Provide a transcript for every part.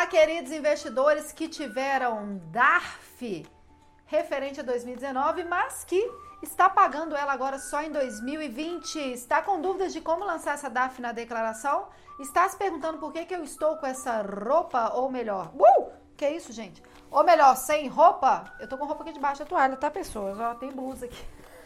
queridos investidores que tiveram DARF referente a 2019, mas que está pagando ela agora só em 2020. Está com dúvidas de como lançar essa DARF na declaração? Está se perguntando por que eu estou com essa roupa, ou melhor... Que é isso, gente? Ou melhor, sem roupa? Eu tô com roupa aqui debaixo da toalha, tá, pessoas? Ó, tem blusa aqui.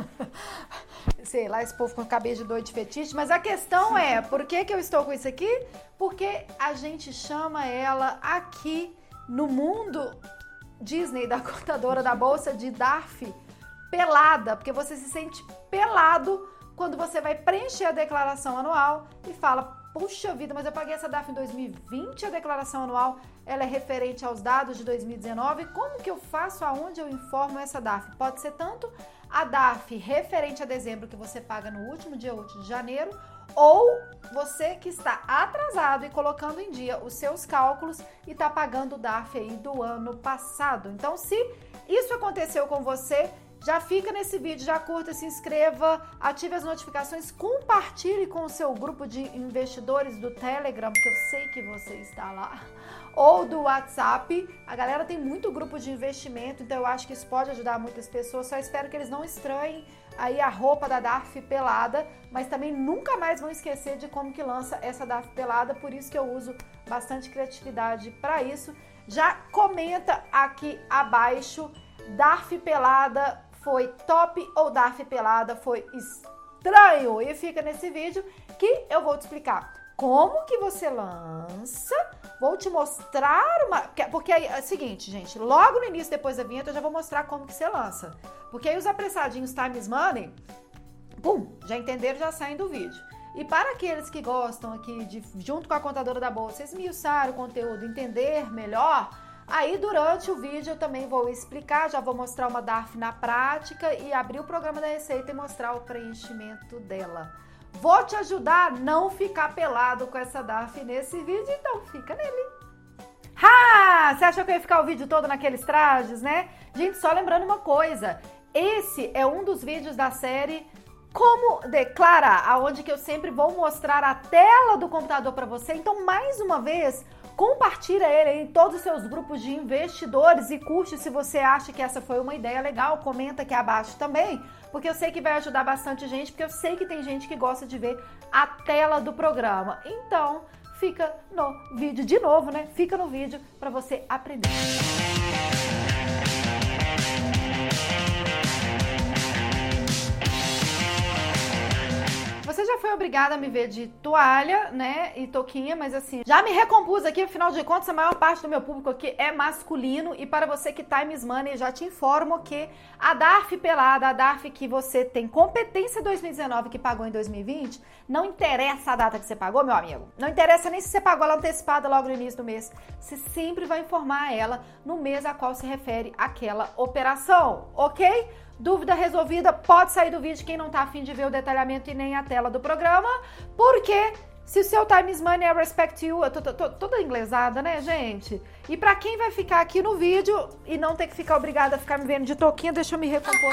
Sei lá, esse povo com cabeça de doido de fetiche. Mas a questão é, por que eu estou com isso aqui? Porque a gente chama ela aqui no mundo Disney, da contadora da bolsa, de DARF pelada. Porque você se sente pelado quando você vai preencher a declaração anual e fala... Puxa vida, mas eu paguei essa DARF em 2020, a declaração anual ela é referente aos dados de 2019. Como que eu faço? Aonde eu informo essa DARF? Pode ser tanto a DARF referente a dezembro, que você paga no último dia útil de janeiro, ou você que está atrasado e colocando em dia os seus cálculos e está pagando o DARF aí do ano passado. Então, se isso aconteceu com você, já fica nesse vídeo, já curta, se inscreva, ative as notificações, compartilhe com o seu grupo de investidores do Telegram, que eu sei que você está lá, ou do WhatsApp. A galera tem muito grupo de investimento, então eu acho que isso pode ajudar muitas pessoas. Só espero que eles não estranhem aí a roupa da DARF pelada, mas também nunca mais vão esquecer de como que lança essa DARF pelada, por isso que eu uso bastante criatividade para isso. Já comenta aqui abaixo, DARF pelada foi top ou DARF pelada foi estranho? E fica nesse vídeo que eu vou te explicar como que você lança, vou te mostrar porque aí é o seguinte, gente, logo no início, depois da vinheta, eu já vou mostrar como que você lança, porque aí os apressadinhos Times Money, já entenderam, já saem do vídeo. E para aqueles que gostam aqui de, junto com a contadora da bolsa, esmiuçar o conteúdo, entender melhor, aí, durante o vídeo, eu também vou explicar, já vou mostrar uma DARF na prática e abrir o programa da Receita e mostrar o preenchimento dela. Vou te ajudar a não ficar pelado com essa DARF nesse vídeo, então fica nele. Você achou que eu ia ficar o vídeo todo naqueles trajes, né? Gente, só lembrando uma coisa, esse é um dos vídeos da série Como Declarar, aonde que eu sempre vou mostrar a tela do computador para você. Então, mais uma vez... compartilha ele em todos os seus grupos de investidores e curte se você acha que essa foi uma ideia legal. Comenta aqui abaixo também, porque eu sei que vai ajudar bastante gente, porque eu sei que tem gente que gosta de ver a tela do programa. Então, fica no vídeo de novo, né? Fica no vídeo para você aprender. Você já foi obrigada a me ver de toalha, né, e touquinha, mas assim, já me recompus aqui, afinal de contas, a maior parte do meu público aqui é masculino, e para você que Times Money, já te informo que a DARF pelada, a DARF que você tem competência 2019 que pagou em 2020, não interessa a data que você pagou, meu amigo, não interessa nem se você pagou ela antecipada logo no início do mês, você sempre vai informar ela no mês a qual se refere aquela operação, ok? Dúvida resolvida, pode sair do vídeo quem não tá afim de ver o detalhamento e nem a tela do programa, porque se o seu Times Money é Respect You, eu tô toda inglesada, né, gente? E pra quem vai ficar aqui no vídeo e não ter que ficar obrigada a ficar me vendo de touquinha, deixa eu me recompor.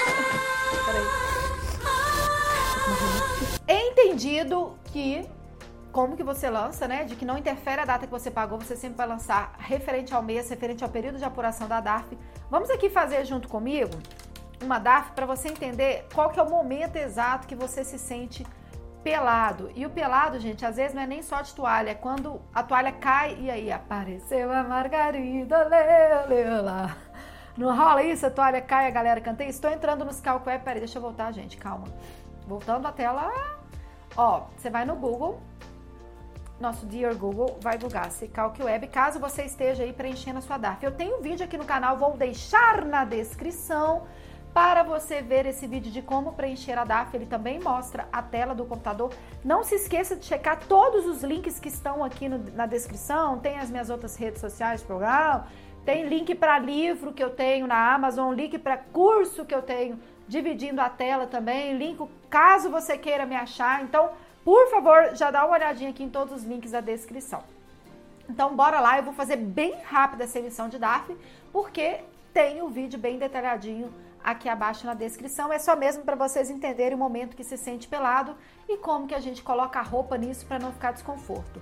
Peraí. Entendido que, como que você lança, né, de que não interfere a data que você pagou, você sempre vai lançar referente ao mês, referente ao período de apuração da DARF. Vamos aqui fazer junto comigo uma DARF para você entender qual que é o momento exato que você se sente pelado. E o pelado, gente, às vezes não é nem só de toalha, é quando a toalha cai e aí apareceu a Margarida, leu lá. Não rola isso? A toalha cai, a galera canta isso? Estou entrando nos cálculos web, peraí, deixa eu voltar, gente, calma. Voltando à tela, ó, você vai no Google, nosso Dear Google, vai bugar esse Calc Web, caso você esteja aí preenchendo a sua DARF. Eu tenho um vídeo aqui no canal, vou deixar na descrição, para você ver esse vídeo de como preencher a DARF, ele também mostra a tela do computador. Não se esqueça de checar todos os links que estão aqui na descrição, tem as minhas outras redes sociais, programa, tem link para livro que eu tenho na Amazon, link para curso que eu tenho dividindo a tela também, link caso você queira me achar. Então, por favor, já dá uma olhadinha aqui em todos os links da descrição. Então, bora lá, eu vou fazer bem rápido essa emissão de DARF, porque tem o vídeo bem detalhadinho aqui abaixo na descrição, é só mesmo para vocês entenderem o momento que se sente pelado e como que a gente coloca a roupa nisso para não ficar desconforto.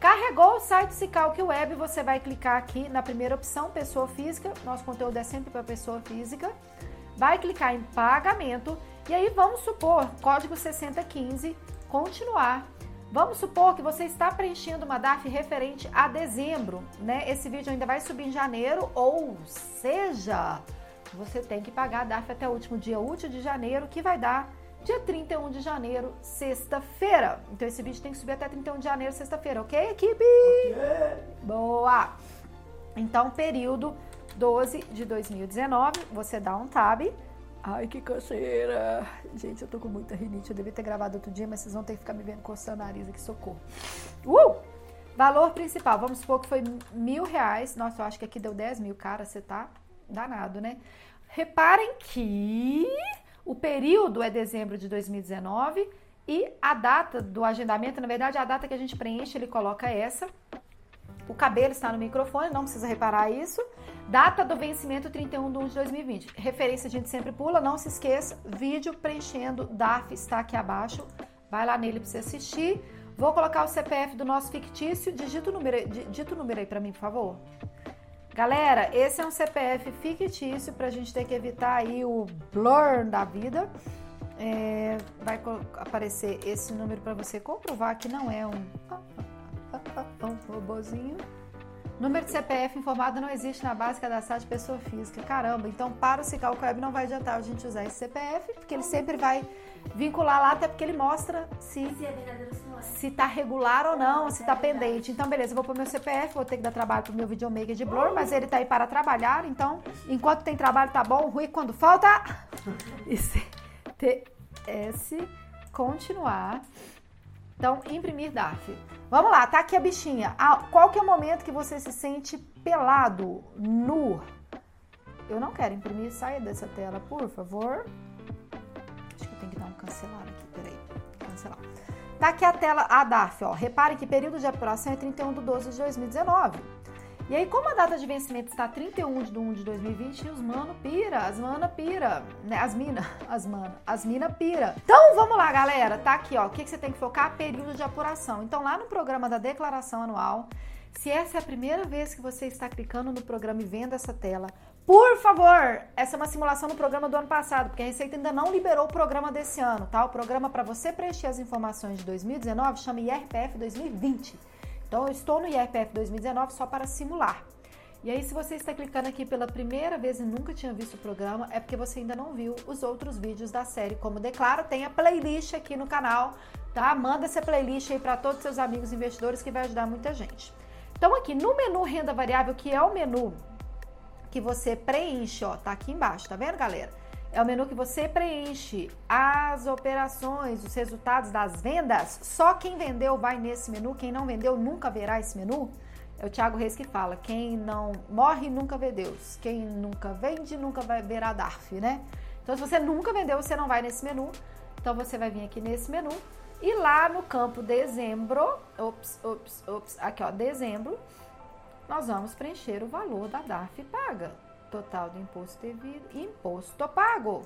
Carregou o site Cicalc Web, você vai clicar aqui na primeira opção, pessoa física, nosso conteúdo é sempre para pessoa física, vai clicar em pagamento e aí vamos supor, código 6015, continuar. Vamos supor que você está preenchendo uma DARF referente a dezembro, né? Esse vídeo ainda vai subir em janeiro, ou seja, você tem que pagar a DARF até o último dia útil de janeiro, que vai dar dia 31 de janeiro, sexta-feira. Então esse vídeo tem que subir até 31 de janeiro, sexta-feira, ok, equipe? Okay. Boa! Então, período 12 de 2019, você dá um tab. Ai, que canseira! Gente, eu tô com muita rinite, eu devia ter gravado outro dia, mas vocês vão ter que ficar me vendo coçando o nariz aqui, socorro. Valor principal, vamos supor que foi R$1.000. Nossa, eu acho que aqui deu 10 mil, cara, você tá danado, né? Reparem que o período é dezembro de 2019 e a data do agendamento, na verdade, a data que a gente preenche, ele coloca essa. O cabelo está no microfone, não precisa reparar isso. Data do vencimento 31/1 de 2020. Referência a gente sempre pula, não se esqueça. Vídeo preenchendo DARF está aqui abaixo. Vai lá nele para você assistir. Vou colocar o CPF do nosso fictício. Digita o número aí para mim, por favor. Galera, esse é um CPF fictício para a gente ter que evitar aí o blur da vida. Vai aparecer esse número para você comprovar que não é um robozinho. Número de CPF informado não existe na base cadastral de pessoa física. Caramba, então para o Cicalc Web não vai adiantar a gente usar esse CPF, porque ele sempre vai vincular lá, até porque ele mostra se é verdadeiro, se tá regular ou não, se tá pendente. Então, beleza, eu vou pôr meu CPF, vou ter que dar trabalho pro meu videomaker de blur, mas ele tá aí para trabalhar, então, enquanto tem trabalho tá bom, ruim quando falta. ICTS, continuar. Então, imprimir DARF. Vamos lá, tá aqui a bichinha. Qual que é o momento que você se sente pelado, nu? Eu não quero imprimir, saia dessa tela, por favor. Acho que eu tenho que dar um cancelar aqui, peraí. Cancelar. Tá aqui a tela, a DARF, ó. Repare que período de apuração é 31/12 de 2019. E aí, como a data de vencimento está 31/1 de 2020, os mano pira, as mana pira, né? As mina pira. Então, vamos lá, galera. Tá aqui, ó. O que você tem que focar? Período de apuração. Então, lá no programa da declaração anual, se essa é a primeira vez que você está clicando no programa e vendo essa tela, por favor, essa é uma simulação no programa do ano passado, porque a Receita ainda não liberou o programa desse ano, tá? O programa para você preencher as informações de 2019 chama IRPF 2020. Então, eu estou no IRPF 2019 só para simular. E aí, se você está clicando aqui pela primeira vez e nunca tinha visto o programa, é porque você ainda não viu os outros vídeos da série Como Declaro. Tem a playlist aqui no canal, tá? Manda essa playlist aí para todos os seus amigos investidores que vai ajudar muita gente. Então, aqui no menu Renda Variável, que é o menu que você preenche, ó, tá aqui embaixo, tá vendo, galera? É o menu que você preenche as operações, os resultados das vendas. Só quem vendeu vai nesse menu, quem não vendeu nunca verá esse menu. É o Thiago Reis que fala, quem não morre nunca vê Deus, quem nunca vende nunca vai ver a DARF, né? Então, se você nunca vendeu, você não vai nesse menu. Então, você vai vir aqui nesse menu e lá no campo dezembro, aqui ó, dezembro, nós vamos preencher o valor da DARF paga. Total do imposto devido, imposto pago,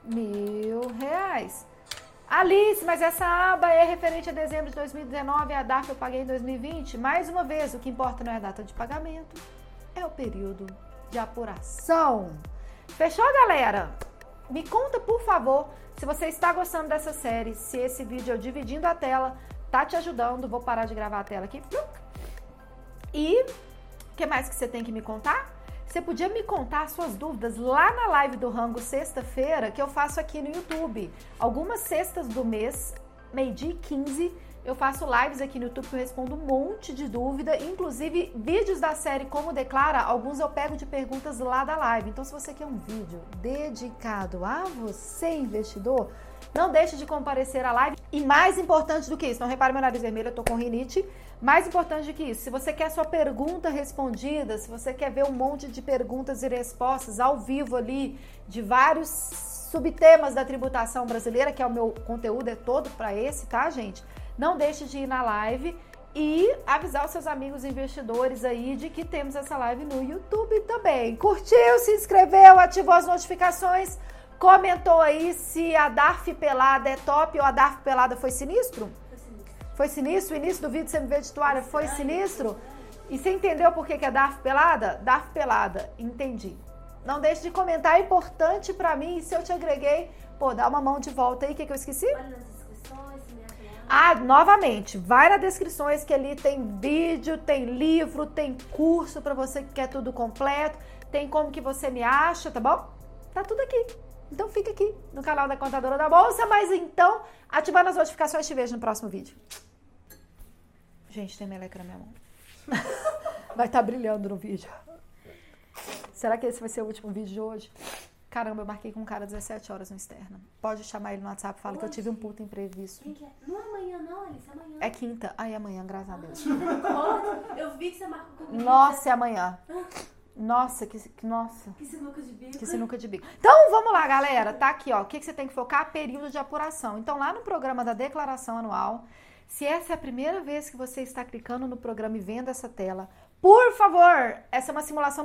R$1.000. Alice, mas essa aba é referente a dezembro de 2019 e a DARF eu paguei em 2020. Mais uma vez, o que importa não é a data de pagamento, é o período de apuração. Fechou, galera? Me conta, por favor, se você está gostando dessa série, se esse vídeo eu dividindo a tela tá te ajudando. Vou parar de gravar a tela aqui. E o que mais que você tem que me contar? Você podia me contar suas dúvidas lá na live do Rango sexta-feira, que eu faço aqui no YouTube. Algumas sextas do mês, meio-dia e 15, eu faço lives aqui no YouTube que eu respondo um monte de dúvida, inclusive vídeos da série Como Declara, alguns eu pego de perguntas lá da live. Então, se você quer um vídeo dedicado a você, investidor, não deixe de comparecer à live. E mais importante do que isso, não repare meu nariz vermelho, eu tô com rinite. Mais importante do que isso, se você quer sua pergunta respondida, se você quer ver um monte de perguntas e respostas ao vivo ali, de vários subtemas da tributação brasileira, que é o meu conteúdo, é todo para esse, tá, gente? Não deixe de ir na live e avisar os seus amigos investidores aí de que temos essa live no YouTube também. Curtiu, se inscreveu, ativou as notificações, comentou aí se a DARF pelada é top ou a DARF pelada foi sinistro? Foi sinistro? O início do vídeo você me vê de toalha foi sinistro? E você entendeu por que é Darf Pelada? Darf Pelada, entendi. Não deixe de comentar, é importante pra mim. E se eu te agreguei, pô, dá uma mão de volta aí. O que eu esqueci? Olha nas descrições, me apoiar. Ah, novamente, vai nas descrições que ali tem vídeo, tem livro, tem curso pra você que quer tudo completo. Tem como que você me acha, tá bom? Tá tudo aqui. Então fica aqui no canal da Contadora da Bolsa. Mas então, ativando as notificações, te vejo no próximo vídeo. Gente, tem meleca na minha mão. Vai estar brilhando no vídeo. Será que esse vai ser o último vídeo de hoje? Caramba, eu marquei com um cara 17 horas no externo. Pode chamar ele no WhatsApp e fala que eu tive um puta imprevisto. Quem que é? Não é amanhã não, Alice, é amanhã. É quinta. Ai, amanhã, graças a Deus. Eu vi que você marcou comigo. Nossa, é amanhã. Nossa, nossa. Que sinuca de bico. Que sinuca de bico. Então, vamos lá, galera. Tá aqui, ó. O que você tem que focar? Período de apuração. Então, lá no programa da declaração anual, se essa é a primeira vez que você está clicando no programa e vendo essa tela, por favor, essa é uma simulação